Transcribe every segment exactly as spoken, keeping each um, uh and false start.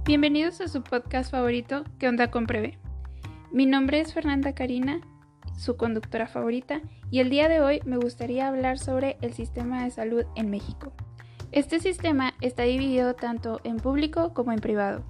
Bienvenidos a su podcast favorito, ¿Qué onda con Preve? Mi nombre es Fernanda Karina, su conductora favorita, y el día de hoy me gustaría hablar sobre el sistema de salud en México. Este sistema está dividido tanto en público como en privado.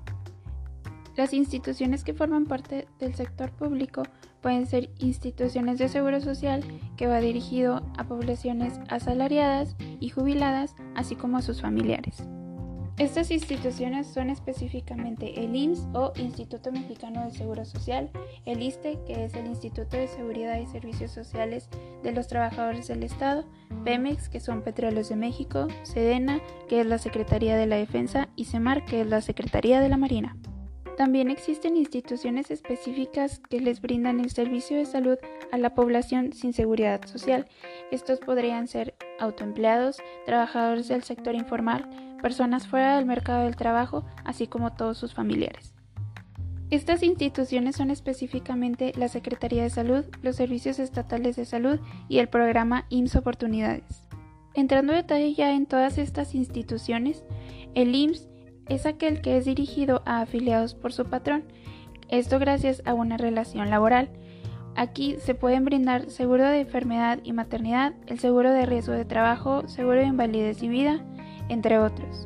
Las instituciones que forman parte del sector público pueden ser instituciones de seguro social, que va dirigido a poblaciones asalariadas y jubiladas, así como a sus familiares. Estas instituciones son específicamente el I M S S o Instituto Mexicano del Seguro Social, el I S S S T E, que es el Instituto de Seguridad y Servicios Sociales de los Trabajadores del Estado, Pemex, que son Petróleos de México, SEDENA, que es la Secretaría de la Defensa, y SEMAR, que es la Secretaría de la Marina. También existen instituciones específicas que les brindan el servicio de salud a la población sin seguridad social. Estos podrían ser autoempleados, trabajadores del sector informal, personas fuera del mercado del trabajo, así como todos sus familiares. Estas instituciones son específicamente la Secretaría de Salud, los Servicios Estatales de Salud y el programa I M S S Oportunidades. Entrando en detalle ya en todas estas instituciones, el I M S S es aquel que es dirigido a afiliados por su patrón, esto gracias a una relación laboral. Aquí se pueden brindar seguro de enfermedad y maternidad, el seguro de riesgo de trabajo, seguro de invalidez y vida, entre otros.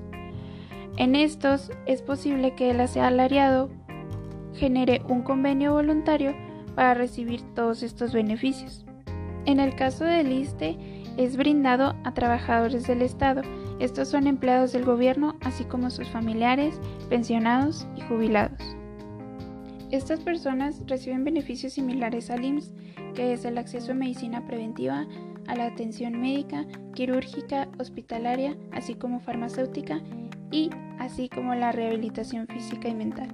En estos es posible que el asalariado genere un convenio voluntario para recibir todos estos beneficios. En el caso del I S S S T E es brindado a trabajadores del Estado. Estos son empleados del gobierno, así como sus familiares, pensionados y jubilados. Estas personas reciben beneficios similares al I M S S, que es el acceso a medicina preventiva, a la atención médica, quirúrgica, hospitalaria, así como farmacéutica y así como la rehabilitación física y mental.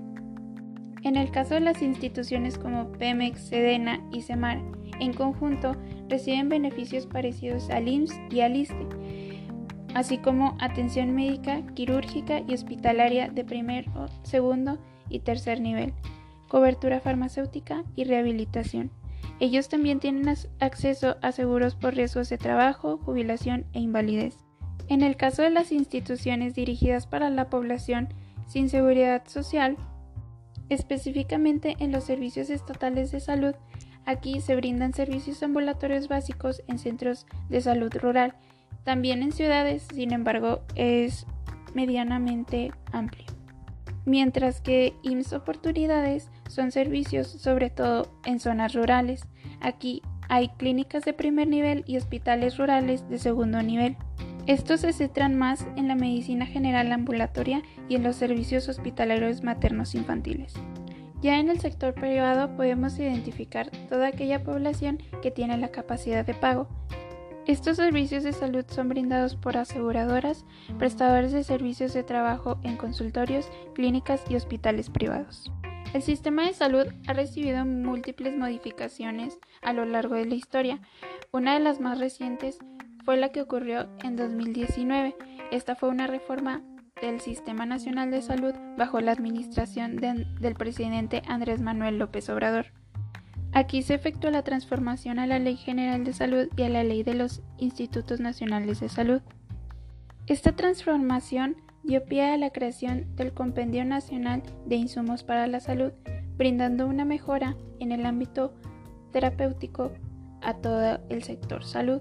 En el caso de las instituciones como Pemex, SEDENA y SEMAR, en conjunto reciben beneficios parecidos al I M S S y al I S S S T E, así como atención médica, quirúrgica y hospitalaria de primer, segundo y tercer nivel, cobertura farmacéutica y rehabilitación. Ellos también tienen acceso a seguros por riesgos de trabajo, jubilación e invalidez. En el caso de las instituciones dirigidas para la población sin seguridad social, específicamente en los servicios estatales de salud, aquí se brindan servicios ambulatorios básicos en centros de salud rural. También en ciudades, sin embargo, es medianamente amplio. Mientras que I M S S Oportunidades son servicios sobre todo en zonas rurales. Aquí hay clínicas de primer nivel y hospitales rurales de segundo nivel. Estos se centran más en la medicina general ambulatoria y en los servicios hospitalarios maternos infantiles. Ya en el sector privado podemos identificar toda aquella población que tiene la capacidad de pago. Estos servicios de salud son brindados por aseguradoras, prestadores de servicios de trabajo en consultorios, clínicas y hospitales privados. El sistema de salud ha recibido múltiples modificaciones a lo largo de la historia. Una de las más recientes fue la que ocurrió en dos mil diecinueve. Esta fue una reforma del Sistema Nacional de Salud bajo la administración de, del presidente Andrés Manuel López Obrador. Aquí se efectuó la transformación a la Ley General de Salud y a la Ley de los Institutos Nacionales de Salud. Esta transformación dio pie a la creación del Compendio Nacional de Insumos para la Salud, brindando una mejora en el ámbito terapéutico a todo el sector salud.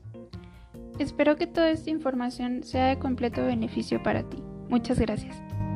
Espero que toda esta información sea de completo beneficio para ti. Muchas gracias.